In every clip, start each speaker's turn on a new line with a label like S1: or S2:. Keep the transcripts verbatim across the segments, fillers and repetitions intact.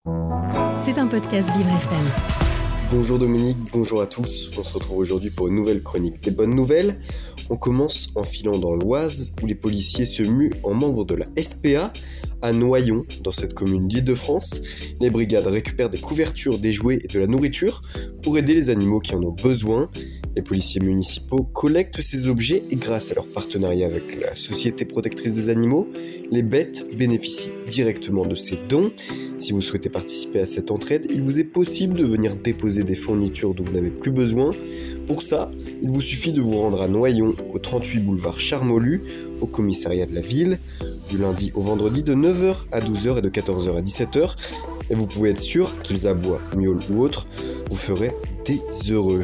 S1: C'est un podcast Vivre F M.
S2: Bonjour Dominique, bonjour à tous. On se retrouve aujourd'hui pour une nouvelle chronique des bonnes nouvelles. On commence en filant dans l'Oise, où les policiers se muent en membres de la S P A. À Noyon, dans cette commune d'Île-de-France, les brigades récupèrent des couvertures, des jouets et de la nourriture pour aider les animaux qui en ont besoin. Les policiers municipaux collectent ces objets et grâce à leur partenariat avec la Société protectrice des animaux, les bêtes bénéficient directement de ces dons. Si vous souhaitez participer à cette entraide, il vous est possible de venir déposer des fournitures dont vous n'avez plus besoin. Pour ça, il vous suffit de vous rendre à Noyon, au trente-huit boulevard Charmolue, au commissariat de la ville, du lundi au vendredi de neuf heures à douze heures et de quatorze heures à dix-sept heures. Et vous pouvez être sûr qu'ils aboient, miaulent ou autre, vous ferez des heureux.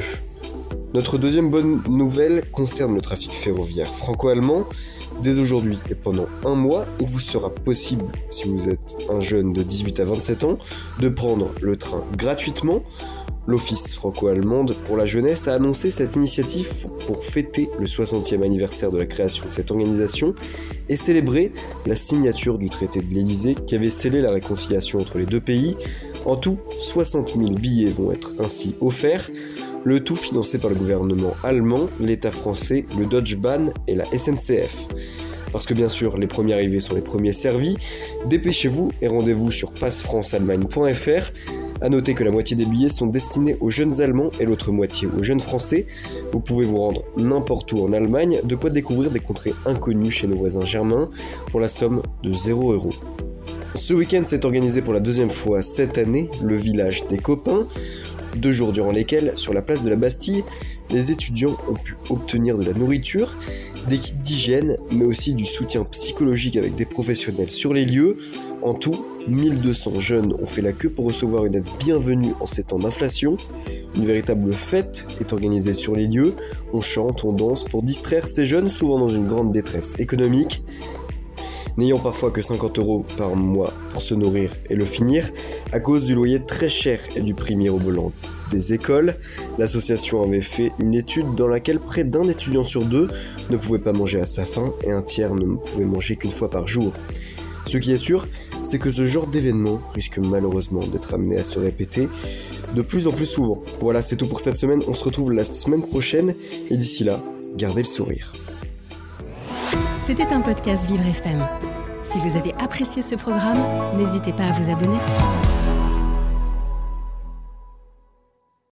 S2: Notre deuxième bonne nouvelle concerne le trafic ferroviaire franco-allemand. Dès aujourd'hui et pendant un mois, il vous sera possible, si vous êtes un jeune de dix-huit à vingt-sept ans, de prendre le train gratuitement. L'Office franco-allemande pour la jeunesse a annoncé cette initiative pour fêter le soixantième anniversaire de la création de cette organisation et célébrer la signature du traité de l'Élysée qui avait scellé la réconciliation entre les deux pays. En tout, soixante mille billets vont être ainsi offerts, le tout financé par le gouvernement allemand, l'État français, le Deutsche Bahn et la S N C F. Parce que bien sûr, les premiers arrivés sont les premiers servis, dépêchez-vous et rendez-vous sur passe france allemagne point f r. A noter que la moitié des billets sont destinés aux jeunes Allemands et l'autre moitié aux jeunes Français. Vous pouvez vous rendre n'importe où en Allemagne, de quoi découvrir des contrées inconnues chez nos voisins germains pour la somme de zéro euro. Ce week-end s'est organisé pour la deuxième fois cette année le village des copains, deux jours durant lesquels, sur la place de la Bastille, les étudiants ont pu obtenir de la nourriture, des kits d'hygiène, mais aussi du soutien psychologique avec des professionnels sur les lieux. En tout, mille deux cents jeunes ont fait la queue pour recevoir une aide bienvenue en ces temps d'inflation. Une véritable fête est organisée sur les lieux. On chante, on danse pour distraire ces jeunes souvent dans une grande détresse économique. N'ayant parfois que cinquante euros par mois pour se nourrir et le finir, à cause du loyer très cher et du prix mirobolant des écoles, l'association avait fait une étude dans laquelle près d'un étudiant sur deux ne pouvait pas manger à sa faim et un tiers ne pouvait manger qu'une fois par jour. Ce qui est sûr, c'est que ce genre d'événement risque malheureusement d'être amené à se répéter de plus en plus souvent. Voilà, c'est tout pour cette semaine, on se retrouve la semaine prochaine et d'ici là, gardez le sourire.
S1: C'était un podcast Vivre F M. Si vous avez apprécié ce programme, n'hésitez pas à vous abonner.